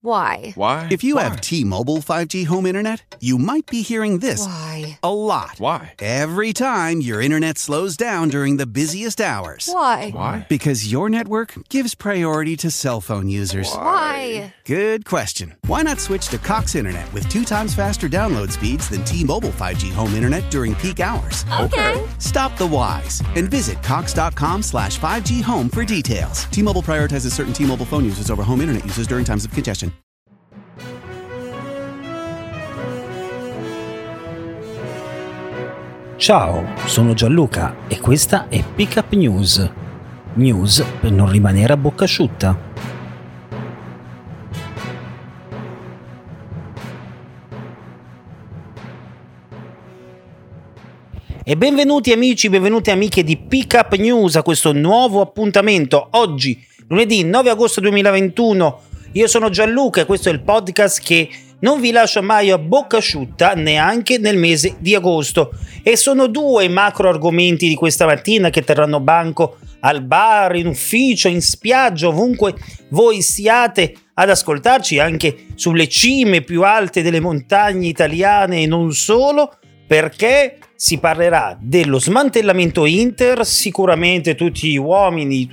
Why? Why? If you have T-Mobile 5G home internet, you might be hearing this Why? a lot. Why? Every time your internet slows down during the busiest hours. Why? Why? Because your network gives priority to cell phone users. Why? Good question. Why not switch to Cox Internet with 2 times faster download speeds than T-Mobile 5G home internet during peak hours? Okay. Stop the whys and visit cox.com/5G home for details. T-Mobile prioritizes certain T-Mobile phone users over home internet users during times of congestion. Ciao, sono Gianluca e questa è Pick Up News. News per non rimanere a bocca asciutta. E benvenuti amici, benvenute amiche di Pick Up News a questo nuovo appuntamento. Oggi, lunedì 9 agosto 2021, io sono Gianluca e questo è il podcast che non vi lascia mai a bocca asciutta neanche nel mese di agosto. E sono 2 i macro argomenti di questa mattina che terranno banco al bar, in ufficio, in spiaggia, ovunque voi siate ad ascoltarci, anche sulle cime più alte delle montagne italiane e non solo, perché si parlerà dello smantellamento Inter. Sicuramente tutti gli uomini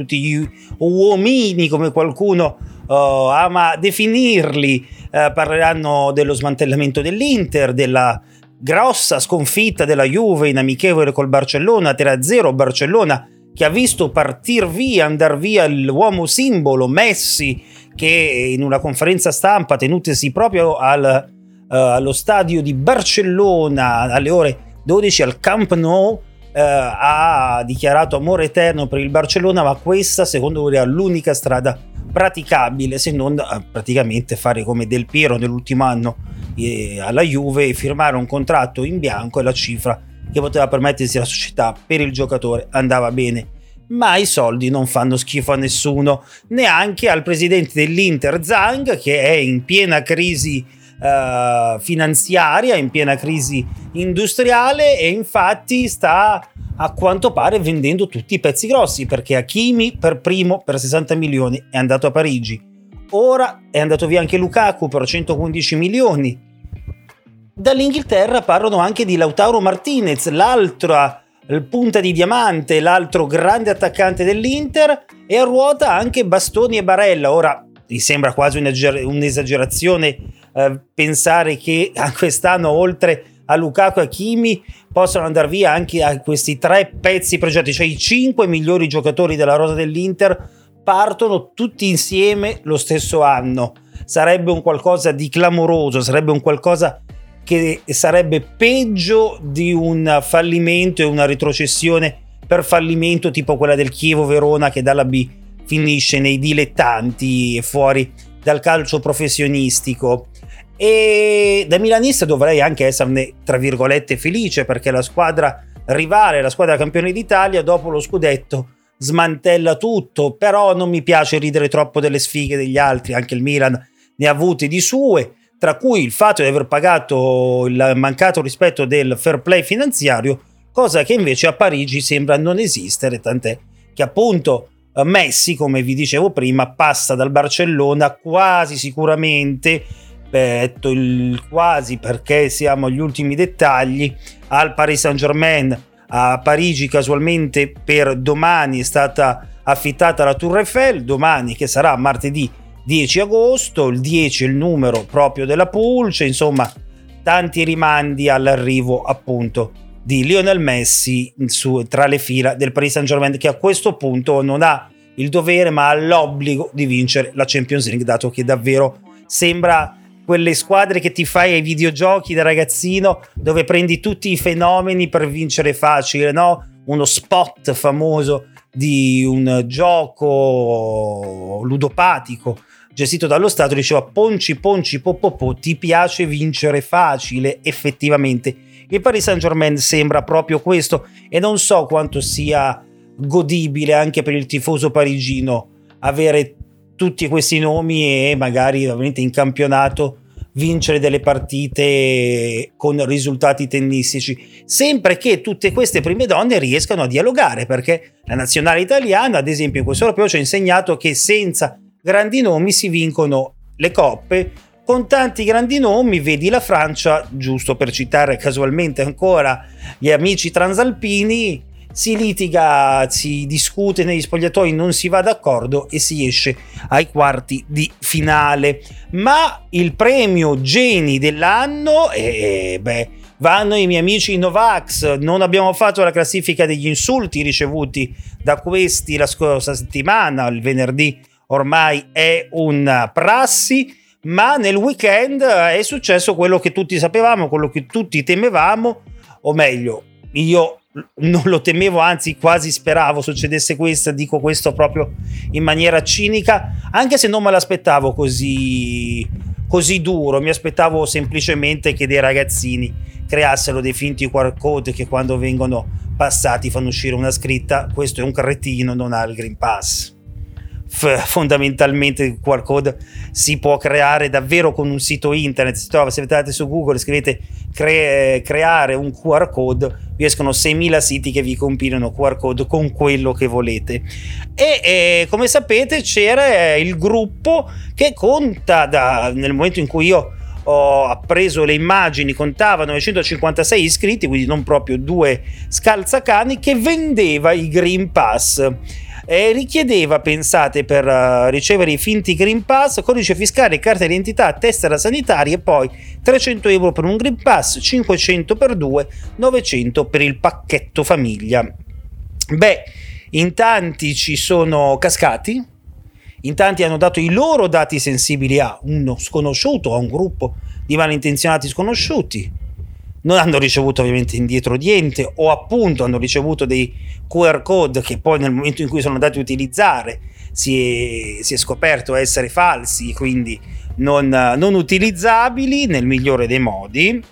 come qualcuno ama definirli, parleranno dello smantellamento dell'Inter, della grossa sconfitta della Juve in amichevole col Barcellona 3-0, Barcellona che ha visto andar via l'uomo simbolo Messi, che in una conferenza stampa tenutasi proprio allo stadio di Barcellona alle ore 12 al Camp Nou ha dichiarato amore eterno per il Barcellona, ma questa secondo lui era l'unica strada praticabile, se non praticamente fare come Del Piero nell'ultimo anno alla Juve e firmare un contratto in bianco, e la cifra che poteva permettersi la società per il giocatore andava bene. Ma i soldi non fanno schifo a nessuno, neanche al presidente dell'Inter Zhang, che è in piena crisi finanziaria, in piena crisi industriale, e infatti sta a quanto pare vendendo tutti i pezzi grossi, perché Hakimi per primo per 60 milioni è andato a Parigi, ora è andato via anche Lukaku per 115 milioni. Dall'Inghilterra parlano anche di Lautaro Martinez, l'altra punta di diamante, l'altro grande attaccante dell'Inter, e a ruota anche Bastoni e Barella. Ora mi sembra quasi un'esagerazione pensare che quest'anno oltre a Lukaku e Hakimi possano andare via anche a questi 3 pezzi pregiati, cioè i 5 migliori giocatori della rosa dell'Inter partono tutti insieme lo stesso anno. Sarebbe un qualcosa di clamoroso, sarebbe un qualcosa che sarebbe peggio di un fallimento e una retrocessione per fallimento tipo quella del Chievo Verona, che dalla B finisce nei dilettanti e fuori dal calcio professionistico. E da milanista dovrei anche esserne tra virgolette felice, perché la squadra rivale, la squadra campione d'Italia, dopo lo scudetto smantella tutto. Però non mi piace ridere troppo delle sfighe degli altri, anche il Milan ne ha avute di sue, tra cui il fatto di aver pagato il mancato rispetto del fair play finanziario, cosa che invece a Parigi sembra non esistere, tant'è che appunto Messi, come vi dicevo prima, passa dal Barcellona quasi sicuramente, detto il quasi perché siamo agli ultimi dettagli, al Paris Saint-Germain. A Parigi casualmente per domani è stata affittata la Tour Eiffel, domani che sarà martedì 10 agosto, il 10 è il numero proprio della pulce, insomma tanti rimandi all'arrivo appunto di Lionel Messi tra le fila del Paris Saint-Germain, che a questo punto non ha il dovere ma ha l'obbligo di vincere la Champions League, dato che davvero sembra quelle squadre che ti fai ai videogiochi da ragazzino, dove prendi tutti i fenomeni per vincere facile, no? Uno spot famoso di un gioco ludopatico gestito dallo Stato diceva: ponci po, ti piace vincere facile. Effettivamente il Paris Saint-Germain sembra proprio questo, e non so quanto sia godibile anche per il tifoso parigino avere tutti questi nomi e magari ovviamente in campionato vincere delle partite con risultati tennistici, sempre che tutte queste prime donne riescano a dialogare, perché la nazionale italiana ad esempio in questo europeo ci ha insegnato che senza grandi nomi si vincono le coppe con tanti grandi nomi. Vedi la Francia, giusto per citare casualmente ancora gli amici transalpini, si litiga, si discute negli spogliatoi, non si va d'accordo e si esce ai quarti di finale. Ma il premio Geni dell'anno, vanno i miei amici Novax. Non abbiamo fatto la classifica degli insulti ricevuti da questi la scorsa settimana, il venerdì ormai è una prassi, ma nel weekend è successo quello che tutti sapevamo, quello che tutti temevamo, o meglio, io non lo temevo, anzi quasi speravo succedesse questo, dico questo proprio in maniera cinica, anche se non me l'aspettavo così duro. Mi aspettavo semplicemente che dei ragazzini creassero dei finti QR code che quando vengono passati fanno uscire una scritta: questo è un cretino, non ha il Green Pass. Fondamentalmente il QR code si può creare davvero con un sito internet. Si trova, se andate su Google, scrivete creare un QR code, vi escono 6.000 siti che vi compilano QR code con quello che volete. E come sapete c'era il gruppo che conta, nel momento in cui io ho appreso le immagini, contava 956 iscritti, quindi non proprio due scalzacani, che vendeva i Green Pass. Richiedeva, pensate, per ricevere i finti Green Pass, codice fiscale, carta d'identità, tessera sanitaria e poi 300 euro per un Green Pass, 500 per due, 900 per il pacchetto famiglia. In tanti ci sono cascati, in tanti hanno dato i loro dati sensibili a uno sconosciuto, a un gruppo di malintenzionati sconosciuti. Non hanno ricevuto ovviamente indietro niente, o appunto hanno ricevuto dei QR code che poi nel momento in cui sono andati a utilizzare si è scoperto essere falsi, quindi non utilizzabili nel migliore dei modi.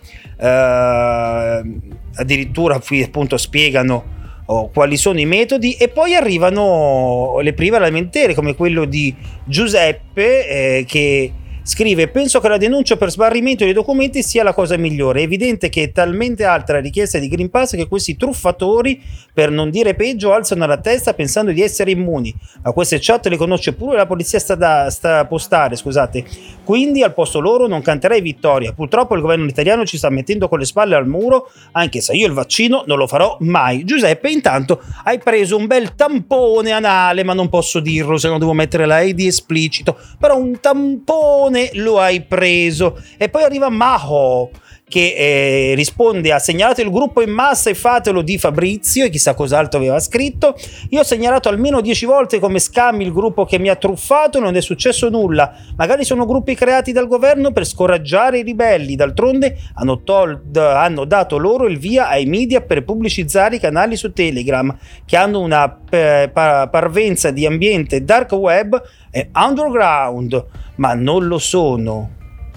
Addirittura qui appunto spiegano quali sono i metodi, e poi arrivano le prime lamentele, come quello di Giuseppe che scrive: penso che la denuncia per sbarrimento dei documenti sia la cosa migliore. È evidente che è talmente alta la richiesta di Green Pass che questi truffatori, per non dire peggio, alzano la testa pensando di essere immuni. Ma queste chat le conosce pure la polizia postale, scusate. Quindi al posto loro non canterei vittoria. Purtroppo il governo italiano ci sta mettendo con le spalle al muro, anche se io il vaccino non lo farò mai. Giuseppe, intanto hai preso un bel tampone anale, ma non posso dirlo se non devo mettere la E di esplicito, però un tampone lo hai preso. E poi arriva Maho che risponde: ha segnalato il gruppo in massa e fatelo di Fabrizio, e chissà cos'altro aveva scritto. Io ho segnalato almeno 10 volte come scammi il gruppo che mi ha truffato, non è successo nulla. Magari sono gruppi creati dal governo per scoraggiare i ribelli, d'altronde hanno dato loro il via ai media per pubblicizzare i canali su Telegram che hanno una parvenza di ambiente dark web e underground, ma non lo sono.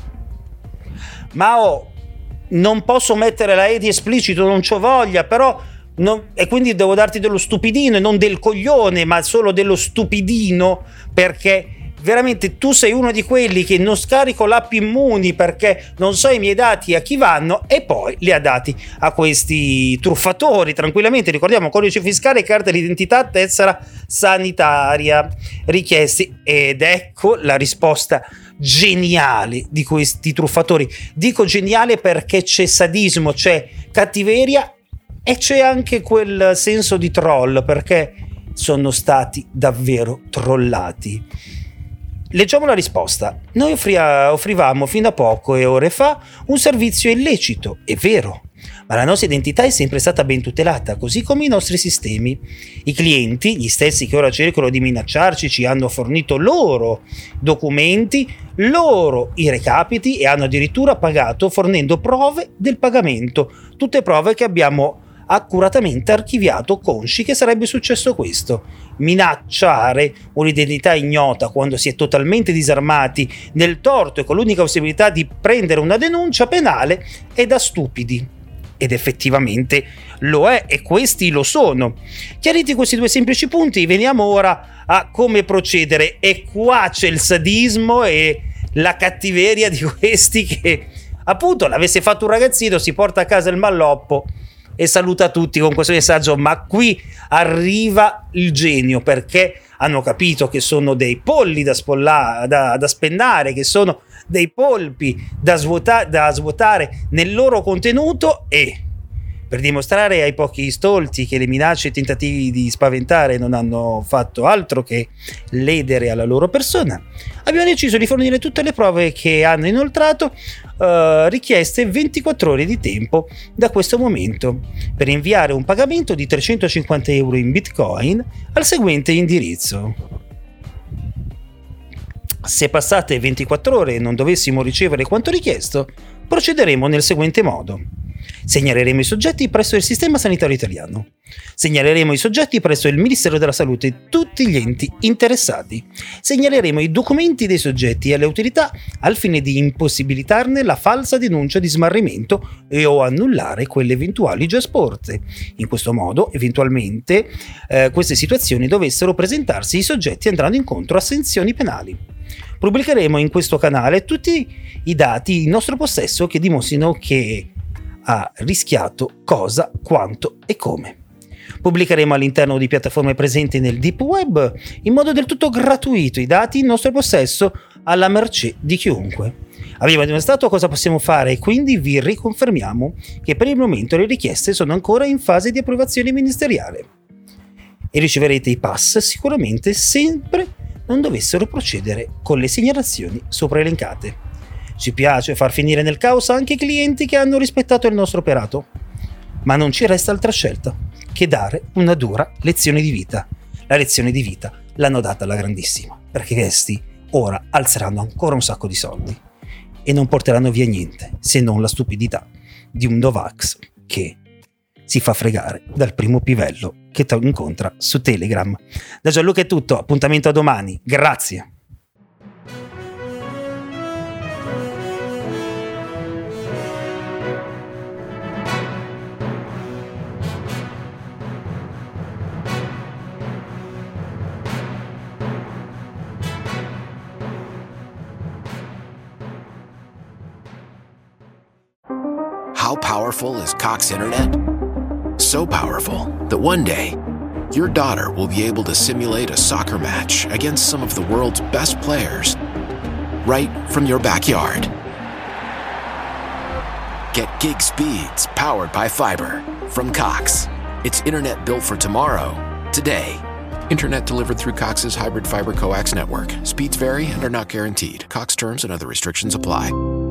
Ma non posso mettere la E di esplicito, non c'ho voglia, però e quindi devo darti dello stupidino e non del coglione, ma solo dello stupidino, perché veramente tu sei uno di quelli che non scarico l'app Immuni perché non so i miei dati a chi vanno, e poi li ha dati a questi truffatori tranquillamente. Ricordiamo: codice fiscale, carta d'identità, tessera sanitaria richiesti. Ed ecco la risposta geniale di questi truffatori. Dico geniale perché c'è sadismo, c'è cattiveria e c'è anche quel senso di troll, perché sono stati davvero trollati. Leggiamo la risposta. Noi offrivamo fino a poco e ore fa un servizio illecito, è vero, ma la nostra identità è sempre stata ben tutelata, così come i nostri sistemi. I clienti, gli stessi che ora cercano di minacciarci, ci hanno fornito loro documenti, loro i recapiti, e hanno addirittura pagato fornendo prove del pagamento, tutte prove che abbiamo accuratamente archiviato, consci che sarebbe successo questo. Minacciare un'identità ignota quando si è totalmente disarmati, nel torto e con l'unica possibilità di prendere una denuncia penale è da stupidi. Ed effettivamente lo è, e questi lo sono. Chiariti questi due semplici punti, veniamo ora a come procedere. E qua c'è il sadismo e la cattiveria di questi che, appunto, l'avesse fatto un ragazzino, si porta a casa il malloppo, e saluta tutti con questo messaggio, ma qui arriva il genio, perché hanno capito che sono dei polli da spennare, che sono dei polpi da svuotare nel loro contenuto, e per dimostrare ai pochi stolti che le minacce e i tentativi di spaventare non hanno fatto altro che ledere alla loro persona, abbiamo deciso di fornire tutte le prove che hanno inoltrato, richieste 24 ore di tempo da questo momento per inviare un pagamento di 350 euro in Bitcoin al seguente indirizzo. Se passate 24 ore e non dovessimo ricevere quanto richiesto, procederemo nel seguente modo. Segnaleremo i soggetti presso il Sistema Sanitario Italiano. Segnaleremo i soggetti presso il Ministero della Salute e tutti gli enti interessati. Segnaleremo i documenti dei soggetti alle autorità al fine di impossibilitarne la falsa denuncia di smarrimento e o annullare quelle eventuali già sporte. In questo modo, eventualmente, queste situazioni dovessero presentarsi, i soggetti andranno incontro a sanzioni penali. Pubblicheremo in questo canale tutti i dati in nostro possesso che dimostrino che ha rischiato cosa, quanto e come. Pubblicheremo all'interno di piattaforme presenti nel Deep Web in modo del tutto gratuito i dati in nostro possesso alla mercé di chiunque. Abbiamo dimostrato cosa possiamo fare e quindi vi riconfermiamo che per il momento le richieste sono ancora in fase di approvazione ministeriale e riceverete i pass sicuramente sempre non dovessero procedere con le segnalazioni sopra elencate. Ci piace far finire nel caos anche i clienti che hanno rispettato il nostro operato, ma non ci resta altra scelta che dare una dura lezione di vita. La lezione di vita l'hanno data alla grandissima, perché questi ora alzeranno ancora un sacco di soldi e non porteranno via niente se non la stupidità di un Novax che si fa fregare dal primo pivello che incontra su Telegram. Da Gianluca è tutto, appuntamento a domani, grazie. How powerful is Cox Internet? So powerful that one day, your daughter will be able to simulate a soccer match against some of the world's best players right from your backyard. Get gig speeds powered by fiber from Cox. It's internet built for tomorrow, today. Internet delivered through Cox's hybrid fiber coax network. Speeds vary and are not guaranteed. Cox terms and other restrictions apply.